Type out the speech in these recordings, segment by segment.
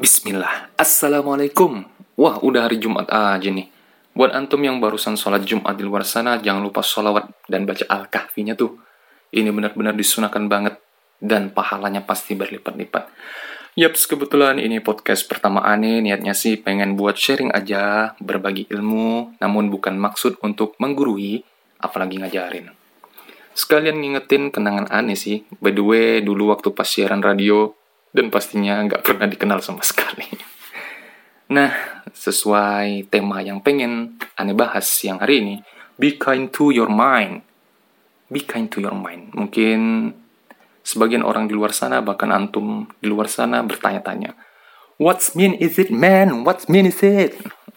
Bismillah. Assalamualaikum. Wah, udah hari Jumat aja nih. Buat antum yang barusan sholat Jumat di luar sana, jangan lupa sholawat dan baca Al-Kahfinya tuh. Ini benar-benar disunahkan banget. Dan pahalanya pasti berlipat-lipat. Yaps, kebetulan ini podcast pertama Ane. Niatnya sih pengen buat sharing aja, berbagi ilmu, namun bukan maksud untuk menggurui, apalagi ngajarin. Sekalian ngingetin kenangan Ane sih. By the way, dulu waktu pas siaran radio, dan pastinya nggak pernah dikenal sama sekali. Nah, sesuai tema yang pengen Ane bahas siang hari ini, be kind to your mind. Be kind to your mind. Mungkin sebagian orang di luar sana, bahkan antum di luar sana bertanya-tanya, what's mean is it, man? What's mean is it?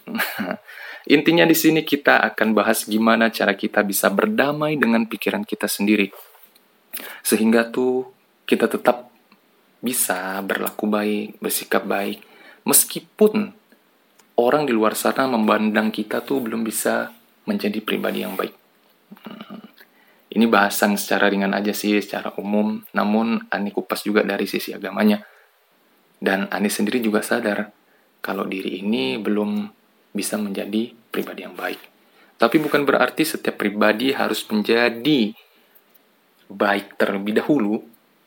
Intinya di sini kita akan bahas gimana cara kita bisa berdamai dengan pikiran kita sendiri. Sehingga tuh kita tetap bisa berlaku baik, bersikap baik, meskipun orang di luar sana memandang kita tuh belum bisa menjadi pribadi yang baik. Ini bahasan secara ringan aja sih, secara umum, namun Ani kupas juga dari sisi agamanya. Dan Ani sendiri juga sadar kalau diri ini belum bisa menjadi pribadi yang baik. Tapi bukan berarti setiap pribadi harus menjadi baik terlebih dahulu.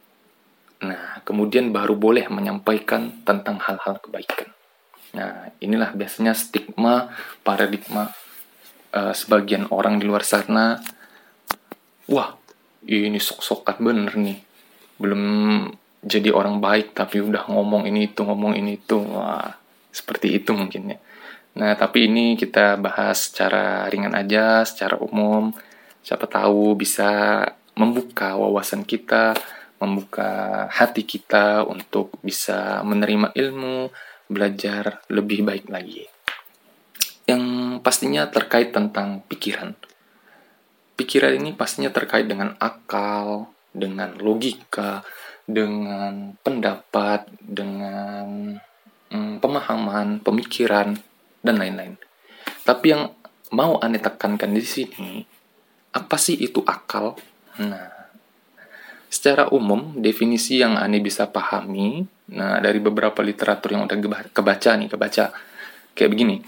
Nah, kemudian baru boleh menyampaikan tentang hal-hal kebaikan. Nah, inilah biasanya stigma, paradigma sebagian orang di luar sana. Wah, ini sok-sokan bener nih. Belum jadi orang baik, tapi udah ngomong ini itu. Wah, seperti itu mungkin ya. Nah, tapi ini kita bahas secara ringan aja, secara umum. Siapa tahu bisa membuka wawasan kita, membuka hati kita untuk bisa menerima ilmu, belajar lebih baik lagi. Yang pastinya terkait tentang pikiran. Pikiran ini pastinya terkait dengan akal, dengan logika, dengan pendapat, dengan pemahaman, pemikiran, dan lain-lain. Tapi yang mau Ane tekankan di sini, apa sih itu akal? Nah, secara umum, definisi yang Ane bisa pahami, nah dari beberapa literatur yang udah kebaca. Kayak begini.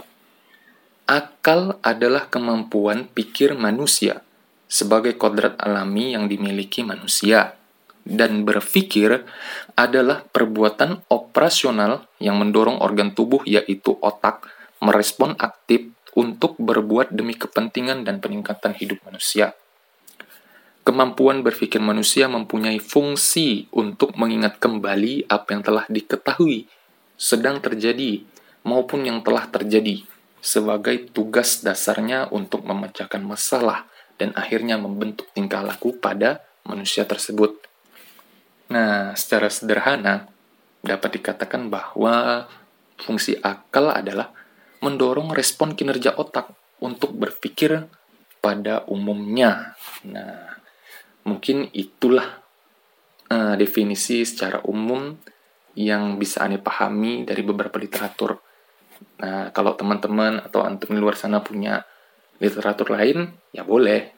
Akal adalah kemampuan pikir manusia sebagai kodrat alami yang dimiliki manusia. Dan berpikir adalah perbuatan operasional yang mendorong organ tubuh yaitu otak merespon aktif untuk berbuat demi kepentingan dan peningkatan hidup manusia. Kemampuan berpikir manusia mempunyai fungsi untuk mengingat kembali apa yang telah diketahui, sedang terjadi, maupun yang telah terjadi, sebagai tugas dasarnya untuk memecahkan masalah dan akhirnya membentuk tingkah laku pada manusia tersebut. Nah, secara sederhana, dapat dikatakan bahwa fungsi akal adalah mendorong respon kinerja otak untuk berpikir pada umumnya. Nah, mungkin itulah definisi secara umum yang bisa Ane pahami dari beberapa literatur. Nah, kalau teman-teman atau antum di luar sana punya literatur lain, ya boleh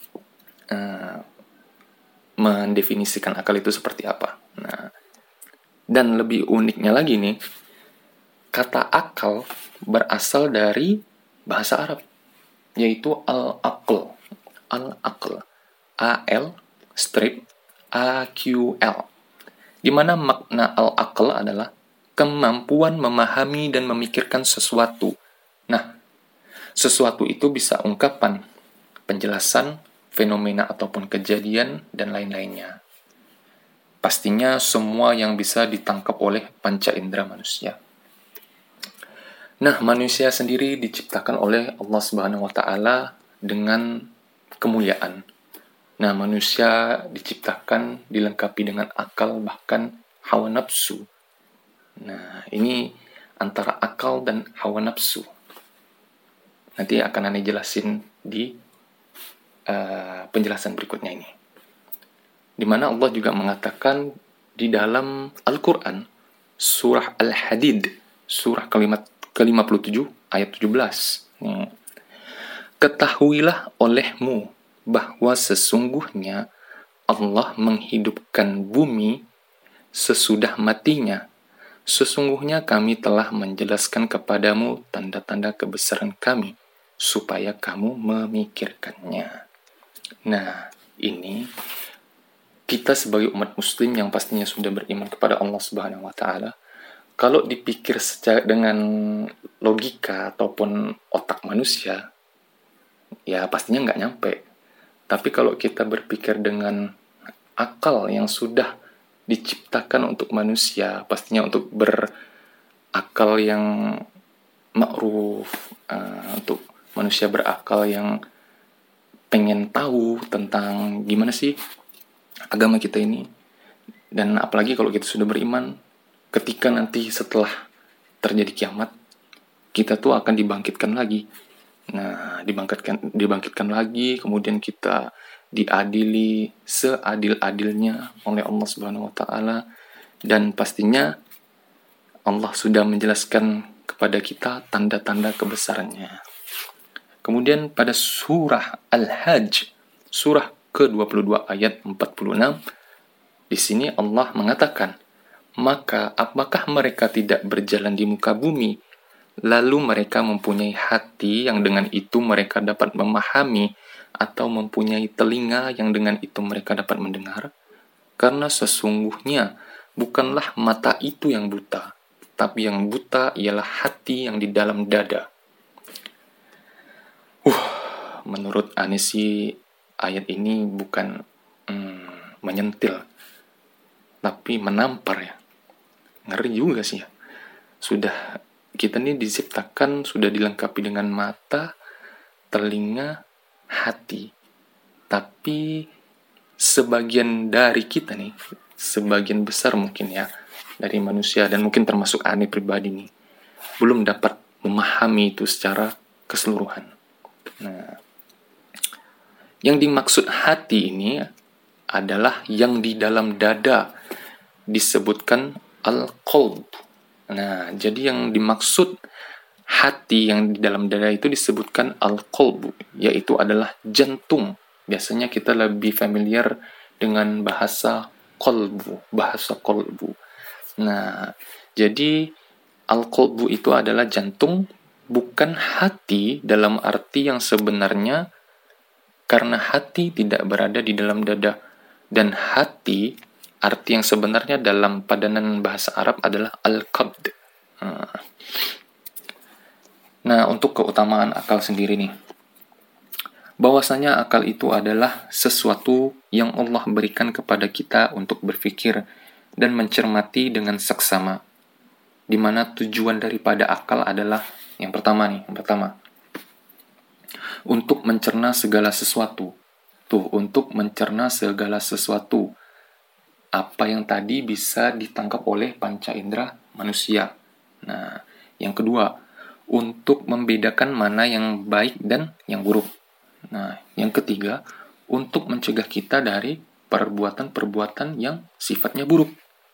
mendefinisikan akal itu seperti apa. Nah, dan lebih uniknya lagi nih, kata akal berasal dari bahasa Arab, yaitu al-aql. Al-aql. A-L strip A-Q-L. Di mana makna al-aql adalah kemampuan memahami dan memikirkan sesuatu. Nah, sesuatu itu bisa ungkapan, penjelasan, fenomena ataupun kejadian, dan lain-lainnya. Pastinya semua yang bisa ditangkap oleh panca indera manusia. Nah, manusia sendiri diciptakan oleh Allah Subhanahu wa Ta'ala dengan kemuliaan. Nah, manusia diciptakan dilengkapi dengan akal, bahkan hawa nafsu. Nah, ini antara akal dan hawa nafsu. Nanti akan Ane jelasin di penjelasan berikutnya ini. Di mana Allah juga mengatakan di dalam Al-Quran, surah Al-Hadid, surah ke-57, ayat 17. Ketahuilah olehmu bahwa sesungguhnya Allah menghidupkan bumi sesudah matinya Sesungguhnya kami telah menjelaskan kepadamu tanda-tanda kebesaran kami, supaya kamu memikirkannya. Nah, ini kita sebagai umat muslim yang pastinya sudah beriman kepada Allah Subhanahu wa taala, kalau dipikir secara dengan logika ataupun otak manusia, ya pastinya nggak nyampe. Tapi kalau kita berpikir dengan akal yang sudah diciptakan untuk manusia, pastinya untuk berakal yang ma'ruf, untuk manusia berakal yang pengen tahu tentang gimana sih agama kita ini. Dan apalagi kalau kita sudah beriman, ketika nanti setelah terjadi kiamat, kita tuh akan dibangkitkan lagi. Nah, dibangkitkan lagi, kemudian kita diadili seadil-adilnya oleh Allah Subhanahu wa taala, dan pastinya Allah sudah menjelaskan kepada kita tanda-tanda kebesarannya. Kemudian pada surah Al-Hajj, surah ke-22 ayat 46, di sini Allah mengatakan, "Maka apakah mereka tidak berjalan di muka bumi, lalu mereka mempunyai hati yang dengan itu mereka dapat memahami, atau mempunyai telinga yang dengan itu mereka dapat mendengar? Karena sesungguhnya bukanlah mata itu yang buta, tapi yang buta ialah hati yang di dalam dada." Menurut Anis sih, ayat ini bukan menyentil, tapi menampar ya. Ngeri juga sih ya. Sudah, kita nih diciptakan, sudah dilengkapi dengan mata, telinga, hati. Tapi sebagian dari kita nih, sebagian besar mungkin ya, dari manusia, dan mungkin termasuk Ani pribadi nih, belum dapat memahami itu secara keseluruhan. Nah, yang dimaksud hati ini adalah yang di dalam dada, disebutkan al-qalb. Nah, jadi yang dimaksud hati yang di dalam dada itu disebutkan al-qalb, yaitu adalah jantung. Biasanya kita lebih familiar dengan bahasa qalbu. Nah, jadi al-qalbu itu adalah jantung, bukan hati dalam arti yang sebenarnya, karena hati tidak berada di dalam dada. Dan hati, arti yang sebenarnya dalam padanan bahasa Arab adalah al-qabd. Nah, untuk keutamaan akal sendiri nih, bahwasanya akal itu adalah sesuatu yang Allah berikan kepada kita untuk berpikir dan mencermati dengan seksama, di mana tujuan daripada akal adalah yang pertama, untuk mencerna segala sesuatu. Untuk mencerna segala sesuatu. Apa yang tadi bisa ditangkap oleh panca indera manusia. Nah, yang kedua, untuk membedakan mana yang baik dan yang buruk. Nah, yang ketiga, untuk mencegah kita dari perbuatan-perbuatan yang sifatnya buruk.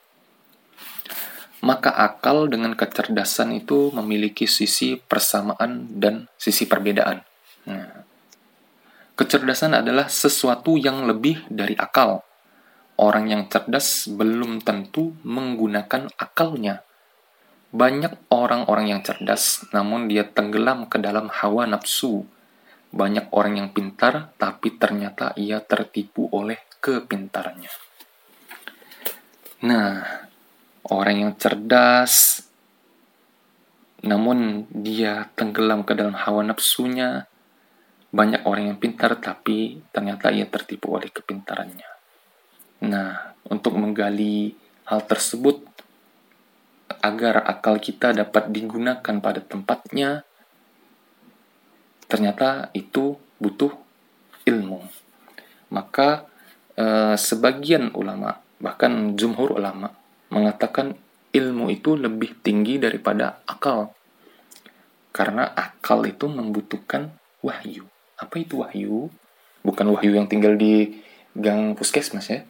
Maka akal dengan kecerdasan itu memiliki sisi persamaan dan sisi perbedaan. Nah, kecerdasan adalah sesuatu yang lebih dari akal. Orang yang cerdas belum tentu menggunakan akalnya. Banyak orang-orang yang cerdas, namun dia tenggelam ke dalam hawa nafsu. Banyak orang yang pintar, tapi ternyata ia tertipu oleh kepintarannya. Nah, orang yang cerdas, namun dia tenggelam ke dalam hawa nafsunya. Banyak orang yang pintar, tapi ternyata ia tertipu oleh kepintarannya. Nah, untuk menggali hal tersebut, agar akal kita dapat digunakan pada tempatnya, ternyata itu butuh ilmu. Maka sebagian ulama, bahkan jumhur ulama, mengatakan ilmu itu lebih tinggi daripada akal. Karena akal itu membutuhkan wahyu. Apa itu wahyu? Bukan wahyu yang tinggal di gang puskesmas ya.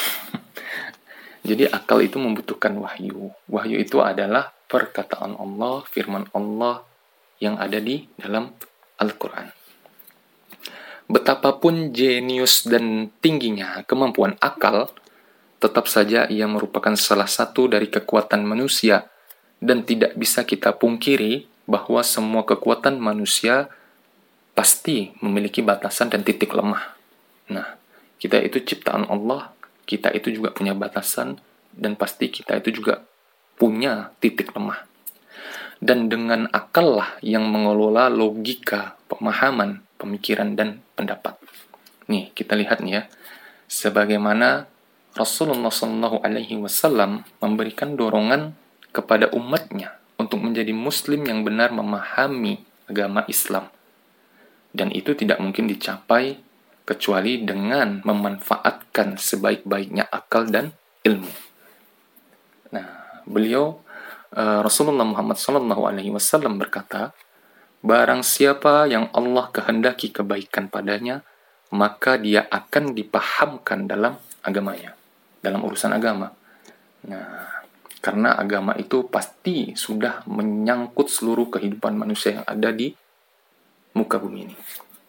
Jadi akal itu membutuhkan wahyu. Wahyu itu adalah perkataan Allah, firman Allah yang ada di dalam Al-Quran. Betapapun jenius dan tingginya kemampuan akal, tetap saja ia merupakan salah satu dari kekuatan manusia, dan tidak bisa kita pungkiri bahwa semua kekuatan manusia pasti memiliki batasan dan titik lemah. Nah, kita itu ciptaan Allah, kita itu juga punya batasan, dan pasti kita itu juga punya titik lemah. Dan dengan akal lah yang mengelola logika, pemahaman, pemikiran, dan pendapat. Nih, kita lihat nih ya, sebagaimana Rasulullah SAW memberikan dorongan kepada umatnya untuk menjadi muslim yang benar memahami agama Islam. Dan itu tidak mungkin dicapai kecuali dengan memanfaatkan sebaik-baiknya akal dan ilmu. Nah, beliau Rasulullah Muhammad SAW berkata, barang siapa yang Allah kehendaki kebaikan padanya, maka dia akan dipahamkan dalam agamanya, dalam urusan agama. Nah, karena agama itu pasti sudah menyangkut seluruh kehidupan manusia yang ada di muka bumi ini.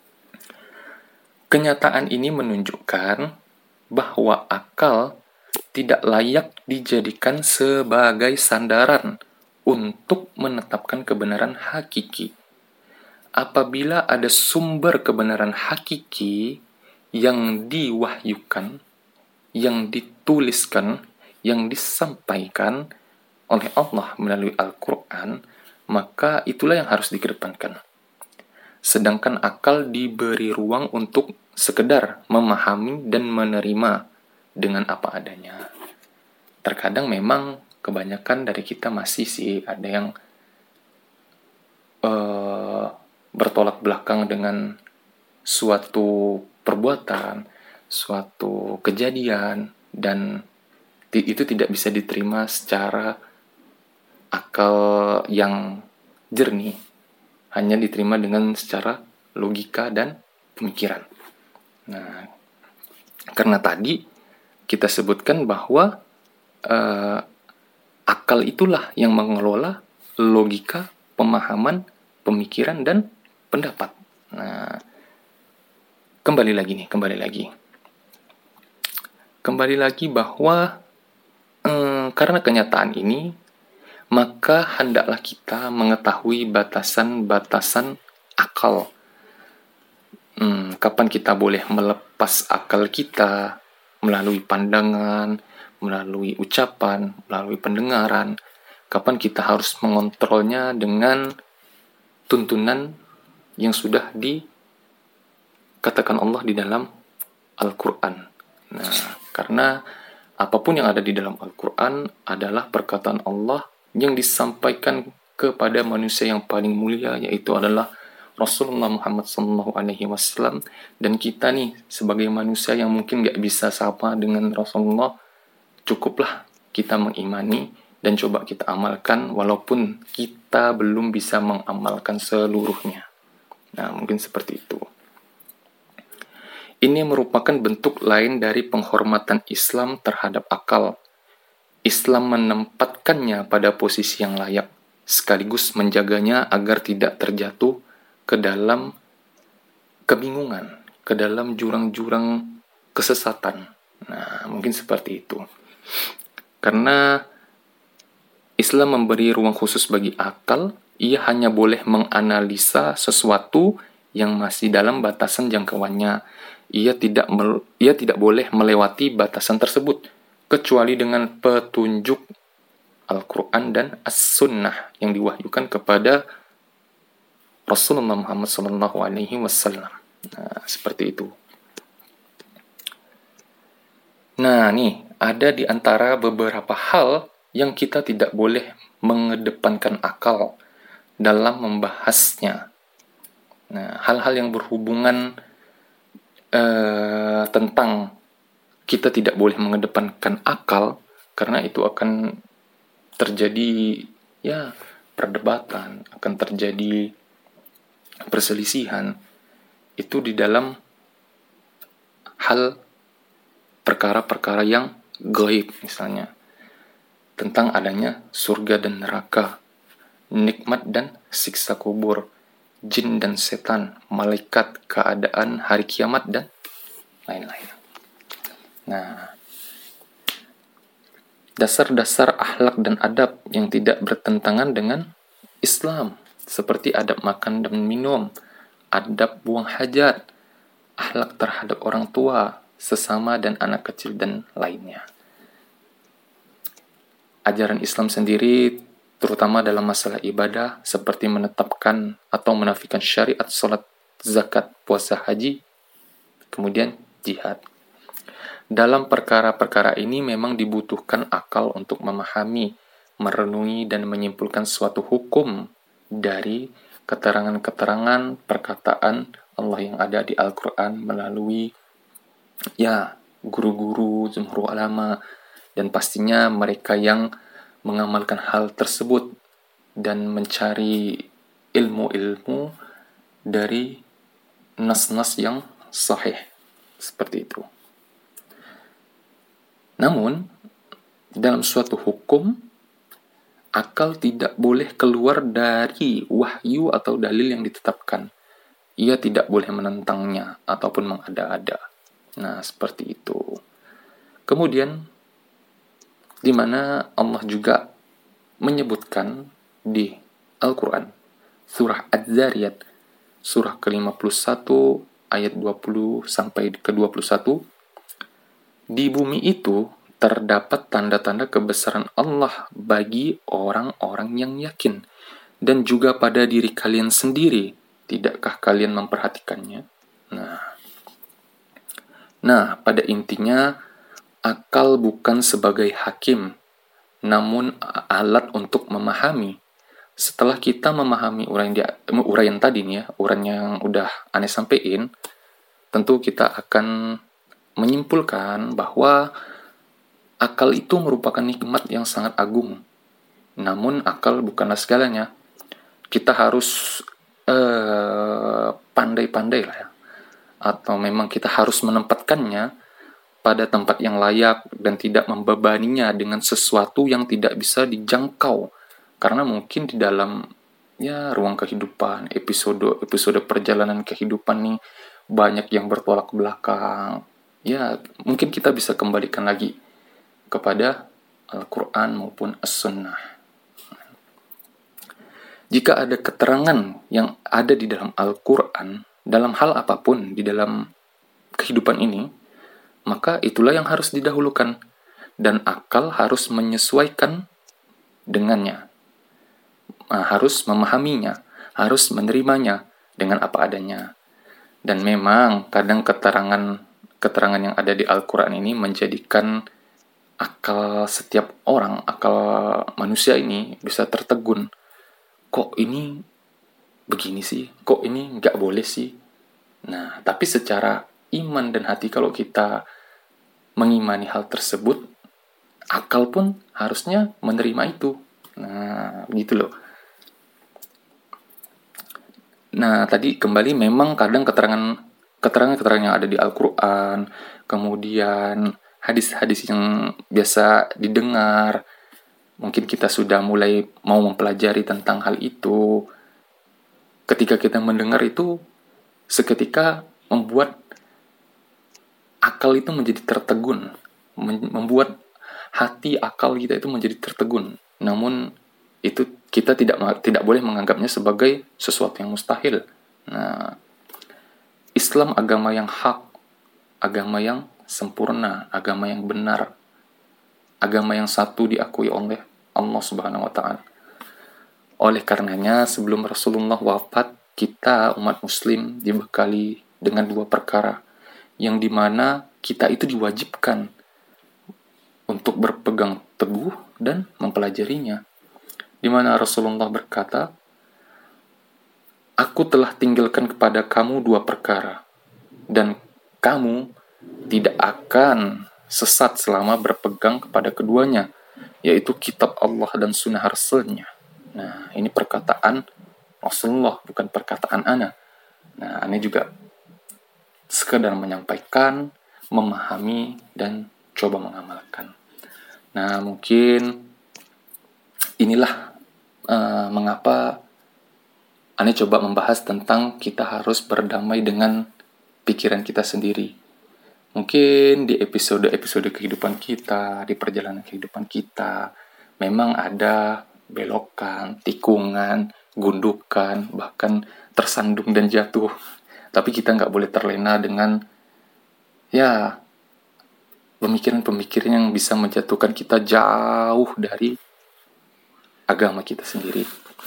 Kenyataan ini menunjukkan bahwa akal tidak layak dijadikan sebagai sandaran untuk menetapkan kebenaran hakiki. Apabila ada sumber kebenaran hakiki yang diwahyukan, yang dituliskan, yang disampaikan oleh Allah melalui Al-Quran, maka itulah yang harus dikedepankan. Sedangkan akal diberi ruang untuk sekedar memahami dan menerima dengan apa adanya. Terkadang memang kebanyakan dari kita masih sih ada yang bertolak belakang dengan suatu perbuatan, suatu kejadian, dan itu tidak bisa diterima secara akal yang jernih, hanya diterima dengan secara logika dan pemikiran. Nah, karena tadi kita sebutkan bahwa akal itulah yang mengelola logika, pemahaman, pemikiran, dan pendapat. Nah, kembali lagi bahwa karena kenyataan ini, maka hendaklah kita mengetahui batasan-batasan akal. Kapan kita boleh melepas akal kita melalui pandangan, melalui ucapan, melalui pendengaran. Kapan kita harus mengontrolnya dengan tuntunan yang sudah dikatakan Allah di dalam Al-Quran. Nah, karena apapun yang ada di dalam Al-Quran adalah perkataan Allah yang disampaikan kepada manusia yang paling mulia, yaitu adalah Rasulullah Muhammad SAW. Dan kita nih sebagai manusia yang mungkin gak bisa sama dengan Rasulullah, cukuplah kita mengimani dan coba kita amalkan walaupun kita belum bisa mengamalkan seluruhnya. Nah, mungkin seperti itu. Ini merupakan bentuk lain dari penghormatan Islam terhadap akal. Islam menempatkannya pada posisi yang layak, sekaligus menjaganya agar tidak terjatuh ke dalam kebingungan, ke dalam jurang-jurang kesesatan. Nah, mungkin seperti itu. Karena Islam memberi ruang khusus bagi akal, ia hanya boleh menganalisa sesuatu yang masih dalam batasan jangkauannya. Ia tidak boleh melewati batasan tersebut, kecuali dengan petunjuk Al-Quran dan As-Sunnah yang diwahyukan kepada Rasulullah Muhammad SAW. Nah, seperti itu. Nah, nih, ada di antara beberapa hal yang kita tidak boleh mengedepankan akal dalam membahasnya. Nah, hal-hal yang berhubungan tentang kita tidak boleh mengedepankan akal, karena itu akan terjadi perdebatan, akan terjadi perselisihan. Itu di dalam hal perkara-perkara yang gaib, misalnya tentang adanya surga dan neraka, nikmat dan siksa kubur, jin dan setan, malaikat, keadaan hari kiamat, dan lain-lain. Nah, dasar-dasar akhlak dan adab yang tidak bertentangan dengan Islam, seperti adab makan dan minum, adab buang hajat, akhlak terhadap orang tua, sesama dan anak kecil, dan lainnya. Ajaran Islam sendiri, terutama dalam masalah ibadah, seperti menetapkan atau menafikan syariat sholat, zakat, puasa, haji, kemudian jihad. Dalam perkara-perkara ini memang dibutuhkan akal untuk memahami, merenungi, dan menyimpulkan suatu hukum dari keterangan-keterangan perkataan Allah yang ada di Al-Quran melalui guru-guru, jumhur ulama, dan pastinya mereka yang mengamalkan hal tersebut dan mencari ilmu-ilmu dari nas-nas yang sahih, seperti itu. Namun, dalam suatu hukum, akal tidak boleh keluar dari wahyu atau dalil yang ditetapkan. Ia tidak boleh menentangnya ataupun mengada-ada. Nah, seperti itu. Kemudian, di mana Allah juga menyebutkan di Al-Quran, surah Az-Zariyat, surah ke-51, ayat 20 sampai ke-21, di bumi itu terdapat tanda-tanda kebesaran Allah bagi orang-orang yang yakin, dan juga pada diri kalian sendiri. Tidakkah kalian memperhatikannya? Nah, pada intinya, akal bukan sebagai hakim, namun alat untuk memahami. Setelah kita memahami uraian tadi nih ya, uraian yang udah aneh sampein, tentu kita akan menyimpulkan bahwa akal itu merupakan nikmat yang sangat agung. Namun akal bukanlah segalanya. Kita harus pandai-pandai lah ya. Atau memang kita harus menempatkannya pada tempat yang layak dan tidak membebaninya dengan sesuatu yang tidak bisa dijangkau. Karena mungkin di dalam ruang kehidupan, episode perjalanan kehidupan nih banyak yang bertolak belakang. Mungkin kita bisa kembalikan lagi kepada Al-Quran maupun As-Sunnah. Jika ada keterangan yang ada di dalam Al-Quran, dalam hal apapun di dalam kehidupan ini, maka itulah yang harus didahulukan, dan akal harus menyesuaikan dengannya. Harus memahaminya, harus menerimanya dengan apa adanya. Dan memang kadang keterangan yang ada di Al-Quran ini menjadikan akal setiap orang, akal manusia ini bisa tertegun. Kok ini begini sih? Kok ini nggak boleh sih? Nah, tapi secara iman dan hati, kalau kita mengimani hal tersebut, akal pun harusnya menerima itu. Nah, gitu loh. Nah, tadi kembali memang kadang keterangan yang ada di Al-Quran, kemudian hadis-hadis yang biasa didengar, mungkin kita sudah mulai mau mempelajari tentang hal itu. Ketika kita mendengar itu, seketika membuat akal itu menjadi tertegun, membuat hati akal kita itu menjadi tertegun. Namun itu kita tidak boleh menganggapnya sebagai sesuatu yang mustahil. Nah, Islam agama yang hak, agama yang sempurna, agama yang benar, agama yang satu diakui oleh Allah Subhanahu wa Ta'ala. Oleh karenanya, sebelum Rasulullah wafat, kita umat Muslim dibekali dengan 2 perkara, yang dimana kita itu diwajibkan untuk berpegang teguh dan mempelajarinya. Di mana Rasulullah berkata, "Aku telah tinggalkan kepada kamu 2 perkara, dan kamu tidak akan sesat selama berpegang kepada keduanya, yaitu kitab Allah dan sunnah Rasulnya." Nah, ini perkataan Rasulullah, bukan perkataan ana. Nah, ana juga sekedar menyampaikan, memahami, dan coba mengamalkan. Nah, mungkin inilah mengapa Ane coba membahas tentang kita harus berdamai dengan pikiran kita sendiri. Mungkin di episode-episode kehidupan kita, di perjalanan kehidupan kita, memang ada belokan, tikungan, gundukan, bahkan tersandung dan jatuh. Tapi kita nggak boleh terlena dengan ya pemikiran-pemikiran yang bisa menjatuhkan kita jauh dari agama kita sendiri.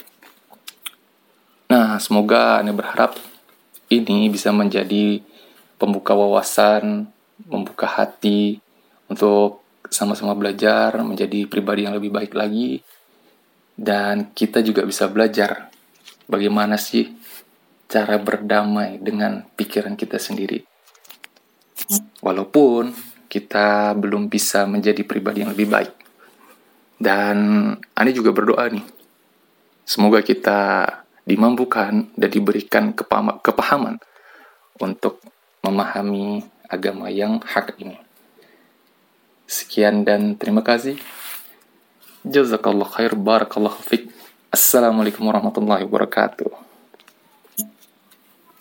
Nah, semoga Anda berharap ini bisa menjadi pembuka wawasan, membuka hati untuk sama-sama belajar menjadi pribadi yang lebih baik lagi. Dan kita juga bisa belajar bagaimana sih cara berdamai dengan pikiran kita sendiri. Walaupun kita belum bisa menjadi pribadi yang lebih baik. Dan Ani juga berdoa nih, semoga kita dimampukan dan diberikan kepahaman untuk memahami agama yang hak ini. Sekian dan terima kasih. Jazakallah khair, barakallahu fiik. Assalamualaikum warahmatullahi wabarakatuh.